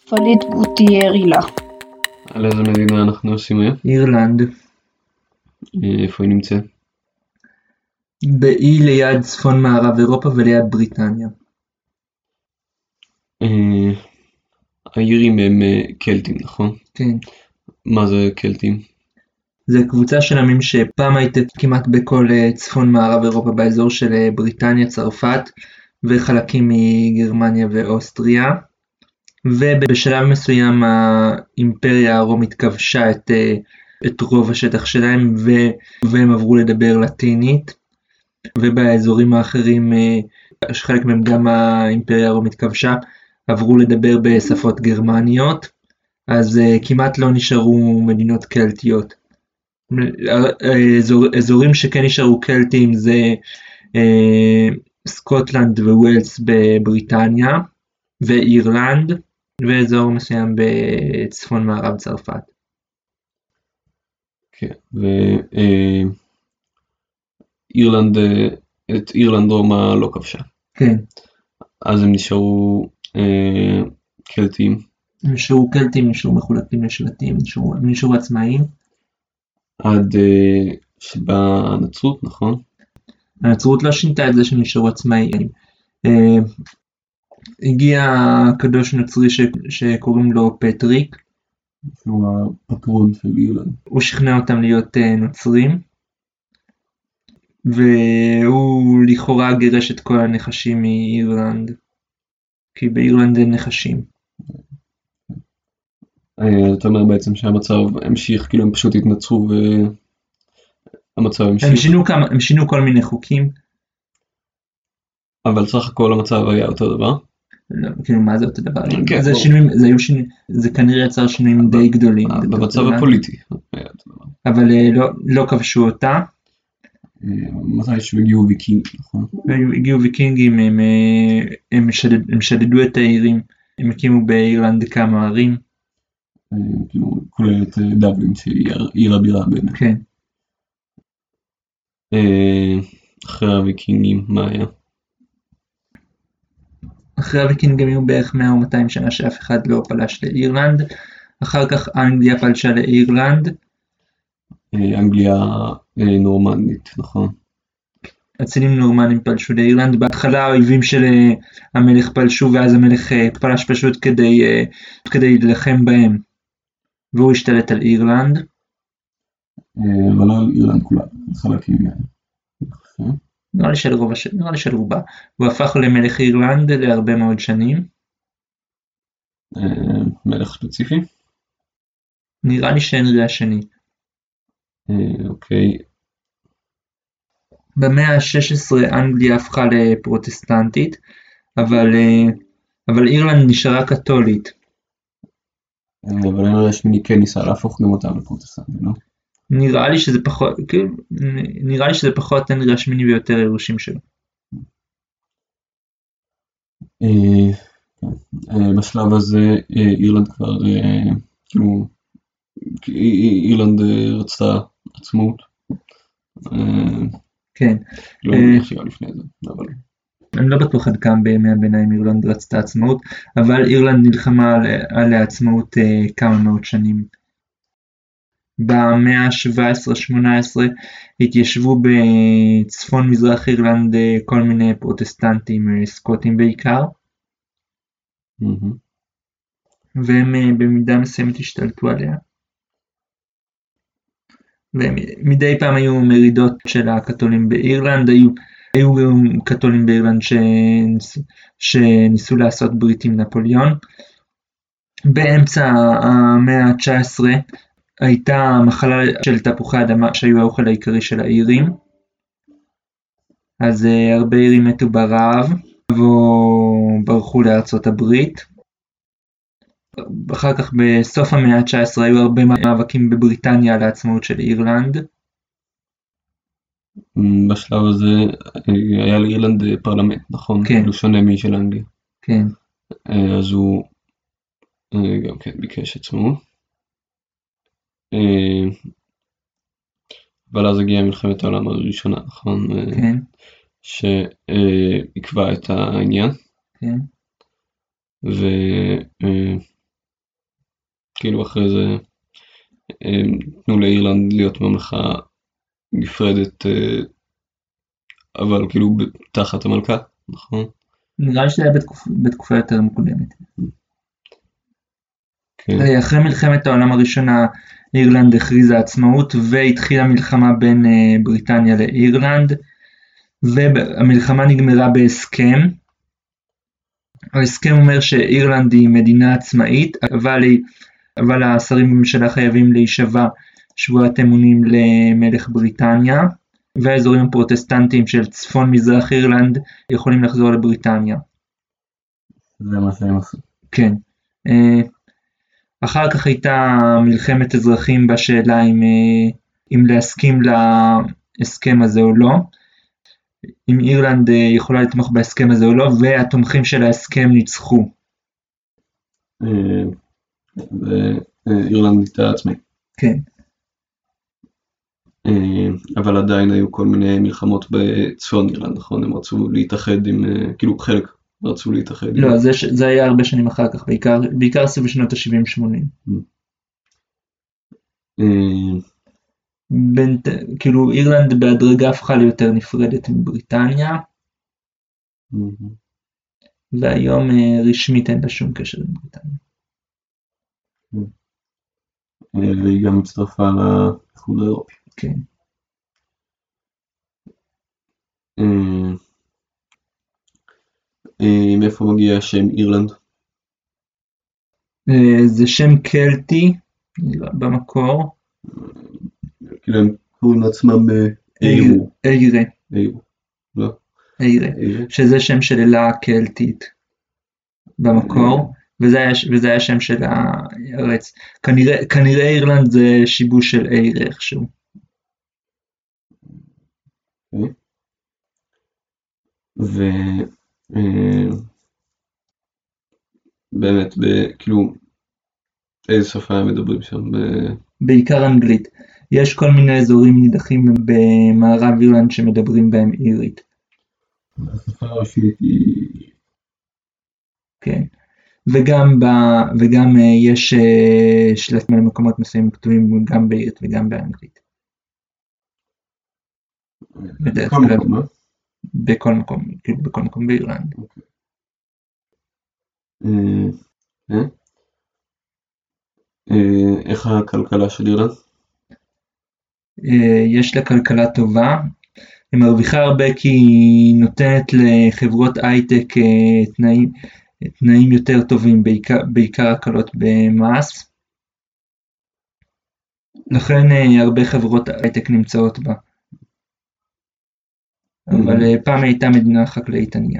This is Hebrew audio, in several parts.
פליט בוטיירילה. על איזה מדינה אנחנו עושים היום? אירלנד. איפה היא נמצאת? באי ליד צפון מערב אירופה וליד בריטניה. האירים הם קלטים, נכון? כן. מה זה קלטים? זה קבוצה של עמים שפעם הייתה כמעט בכל צפון מערב אירופה באזור של בריטניה, צרפת וחלקים מגרמניה ואוסטריה. ובשלב מסוים האימפריה הרומית כבשה את רוב השטח שלהם והם עברו לדבר לטינית. ובאזורים האחרים, חלק מהם גם האימפריה הרומית כבשה, עברו לדבר בשפות גרמניות, אז כמעט לא נשארו מדינות קלטיות. אזורים שכן נשארו קלטיים זה סקוטלנד וווילס בבריטניה, ואירלנד, ואזור מסוים בצפון מערב צרפת. כן, ואירלנד, את אירלנד רומא לא כבשה. כן. אז הם נשארו קלטים. נשארו קלטים, נשארו מחולקים לשבטים, נשארו עצמאיים. עד שבאה הנצרות, נכון? הנצרות לא שינתה את זה שנשארו עצמאיים. הגיע קדוש נוצרי שקוראים לו פטריק. שהוא הפטרון של אירלנד. הוא שכנע אותם להיות נוצרים. והוא לכאורה גירש את כל הנחשים מאירלנד. כי באירלנד אין נחשים. אתה אומר בעצם שהמצב המשיך, כאילו הם פשוט התנצרו והמצב המשיך. הם שינו כל מיני חוקים. אבל סך הכל המצב היה אותו דבר. לא, כאילו מה זה אותו דבר? כן, זה כנראה יצר שינויים די גדולים. במצב הפוליטי היה אותו דבר. אבל לא כבשו אותה. מתישהו הגיעו ויקינגים, נכון? הגיעו ויקינגים, הם שדדו את העירים, הם הקימו באירלנד כמה ערים. כאילו כולל את דבלין שהיא עיר הבירה באמת. כן. אחרי הוויקינגים מה היה? אחרי הוויקינגים היו בערך 100 או 200 שנה שאף אחד לא פלש לאירלנד. אחר כך אנגליה פלשה לאירלנד. אנגליה נורמנית, נכון? אצילים נורמנים פלשו לאירלנד. בהתחלה האויבים של המלך פלשו, ואז המלך פלש פשוט כדי להילחם בהם. והוא השתלט על אירלנד. אבל לא על אירלנד כולה, חלקים מהם. נראה לי של רובה. הוא הפך למלך אירלנד להרבה מאוד שנים. מלך ספציפי? נראה לי שהנרי השני. אוקיי. במאה ה-16 אנגליה הפכה לפרוטסטנטית, אבל אירלנד נשארה קתולית. אבל הנרי השמיני כן ניסה להפוך גם אותם לפרוטסטנטים, לא? נראה לי שזה פחות הנרי השמיני ויותר הירושים שלו. בשלב הזה אירלנד כבר, כאילו, אירלנד רצתה עצמאות. כן. לא נחשיבה לפני זה, אבל... אני לא בטוח עד כמה בימי הביניים אירלנד רצתה עצמאות, אבל אירלנד נלחמה על העצמאות כמה מאות שנים. במאה ה-17-18 התיישבו בצפון מזרח אירלנד כל מיני פרוטסטנטים, סקוטים בעיקר. והם במידה מסוימת השתלטו עליה. ומדי פעם היו מרידות של הקתולים באירלנד, היו קתולים באירלנד שניסו לעשות ברית עם נפוליאון. באמצע המאה ה-19 הייתה מחלה של תפוחי אדמה שהיו האוכל העיקרי של האירים. אז הרבה אירים מתו ברעב וברחו לארצות הברית. אחר כך בסוף המאה ה-19 היו הרבה מאבקים בבריטניה על העצמאות של אירלנד. בשלב הזה היה לאירלנד פרלמנט, נכון? כן. הוא שונה משל אנגליה. כן. אז הוא גם כן ביקש עצמאות. אבל אז הגיעה מלחמת העולם הראשונה, נכון? כן. שעקבה את העניין. כן. כאילו אחרי זה תנו לאירלנד להיות ממלכה נפרדת, אבל כאילו תחת המלכה, נכון? נראה לי שזה היה בתקופה יותר מוקדמת. כן. אחרי מלחמת העולם הראשונה אירלנד הכריזה עצמאות והתחילה מלחמה בין בריטניה לאירלנד, והמלחמה נגמרה בהסכם. ההסכם אומר שאירלנד היא מדינה עצמאית, אבל השרים בממשלה חייבים להישבע שבועת אמונים למלך בריטניה, והאזורים הפרוטסטנטיים של צפון מזרח אירלנד יכולים לחזור לבריטניה. זה מה שהם עשו. כן. אחר כך הייתה מלחמת אזרחים בשאלה אם להסכים להסכם הזה או לא, אם אירלנד יכולה לתמוך בהסכם הזה או לא, והתומכים של ההסכם ניצחו. ואירלנד הייתה עצמאית. כן. אבל עדיין היו כל מיני מלחמות בצפון אירלנד, נכון? הם רצו להתאחד עם, כאילו חלק רצו להתאחד. לא, זה היה הרבה שנים אחר כך, בעיקר סביב שנות ה-70-80. כאילו אירלנד בהדרגה הפכה ליותר נפרדת מבריטניה, והיום רשמית אין לה שום קשר עם בריטניה. והיא גם הצטרפה לאיחוד האירופי. כן. מאיפה מגיע השם אירלנד? זה שם קלטי במקור. כאילו הם קוראים לעצמם איירו. איירה. לא. איירה. שזה שם של אלה קלטית במקור, וזה היה שם של הארץ. כנראה אירלנד זה שיבוש של איירה איכשהו. באמת, כאילו, איזה שפה הם מדברים שם? בעיקר אנגלית. יש כל מיני אזורים נידחים במערב אירלנד שמדברים בהם אירית. השפה הראשית היא... כן. וגם יש שלט מקומות מסוימים כתובים גם באירית וגם באנגלית. בכל מקום, לא? בכל מקום, כאילו בכל מקום באירלנד. איך הכלכלה של אירלנד? יש לה כלכלה טובה, היא מרוויחה הרבה כי היא נותנת לחברות הייטק תנאים יותר טובים, בעיקר הקלות במס. לכן הרבה חברות הייטק נמצאות בה. אבל פעם הייתה מדינה חקלאית ענייה.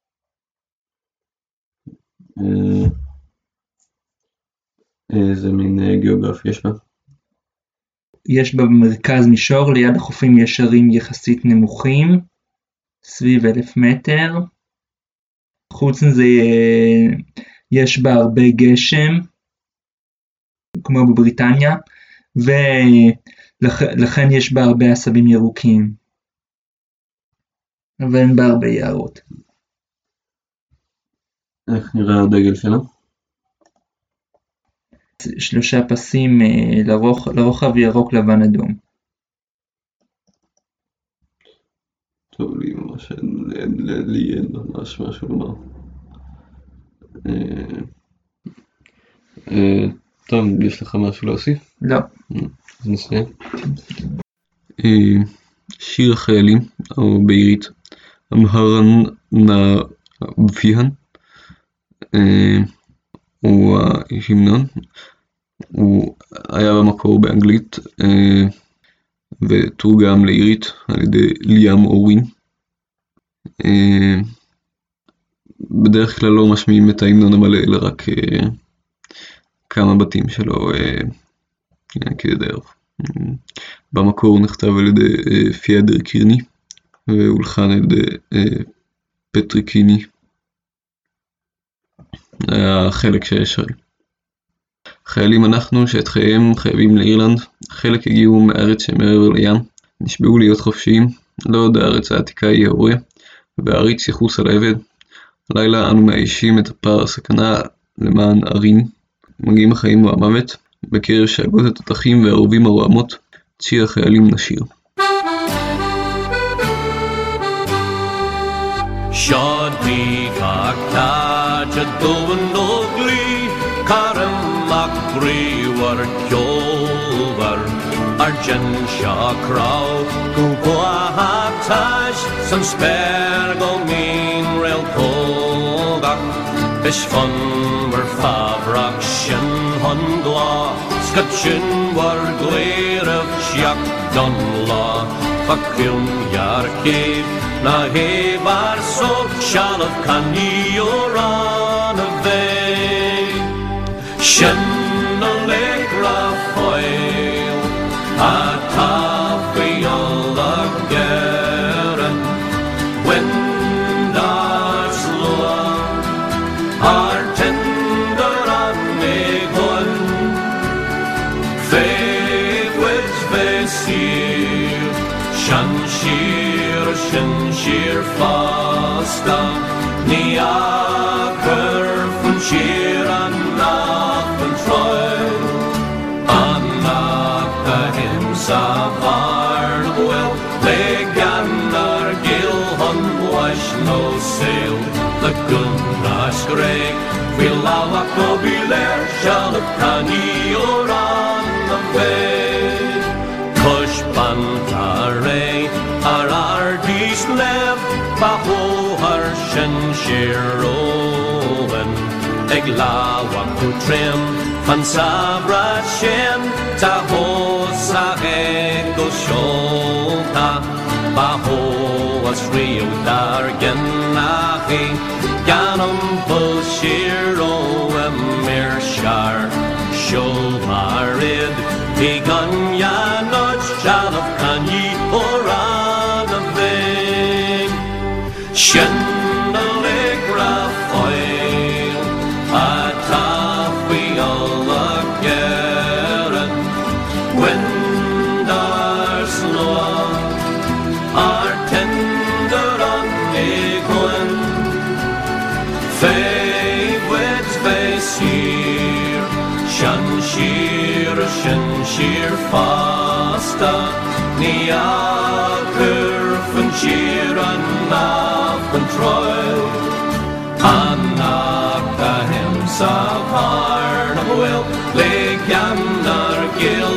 איזה מין גיאוגרפיה יש בה? יש בה במרכז מישור, ליד החופים יש הרים יחסית נמוכים, סביב 1,000 מטר. חוץ מזה יש בה הרבה גשם, כמו בבריטניה, ולכן יש בה הרבה עשבים ירוקים, אבל אין בה הרבה יערות. איך נראה הדגל שלה? 3 פסים לרוחב, ירוק, לבן, אדום. טוב, לי ממש אין ממש משהו לומר. טוב, יש לך משהו להוסיף? לא. אז נסיים. שיר החיילים, או באירית, אמהרן נבפיהן, הוא ההמנון. הוא היה במקור באנגלית ותורגם לאירית על ידי ליאם אורין. בדרך כלל לא משמיעים את ההמנון המלא, אלא רק כמה בתים שלו כדרך. במקור הוא נכתב על ידי פיאדר קירני והולחן על ידי פטריקיני. החלק שיש על חיילים אנחנו שאת חייהם חייבים לאירלנד, חלק הגיעו מארץ שמעבר לים, נשבעו להיות חופשיים, לא עוד הארץ העתיקה היא ההוריה, והעריץ יחוס על העבד. לילה אנו מאיישים את הפער הסכנה למען ערים, מגיעים החיים והמוות, בקרב שאגות התותחים והרובים הרועמות, צי החיילים נשיר. Shod me gach a doven ogli Karamach bri war kjovar Arjen sha kraw Gugwa hatash Som spergo min rel kogak Bish fun war favrak shin hundla Skutchin war gleir of syak don la Fakilm yar cave Na hebar sov shalov kanioran avei Shen allegra foil Atafi allageren Windas lua Artender an megon Fegwits vesir Shanshir Shinshir fasta Ni aker von shir Anach von troi Anach a himsa varnwell Leganar gilhon wash no sail The gunnash greg Vilawak no biler Shalak kani oran the way Kush pantare Ardis lev baho harshen shiroven Eglawa putrim van sabra shen Taho sahego shota Baho asrio dargen nahi Ganum bushiro emir shar Shomarid Begun yanot shalaf kanyi oran aving Shen allegra foil Atafi allageren Windars loa Artender an egwen Fegwits vesir Shanshir fasta Ni aker von shir Anach von troi Anach a himsa varnwell Leganar gil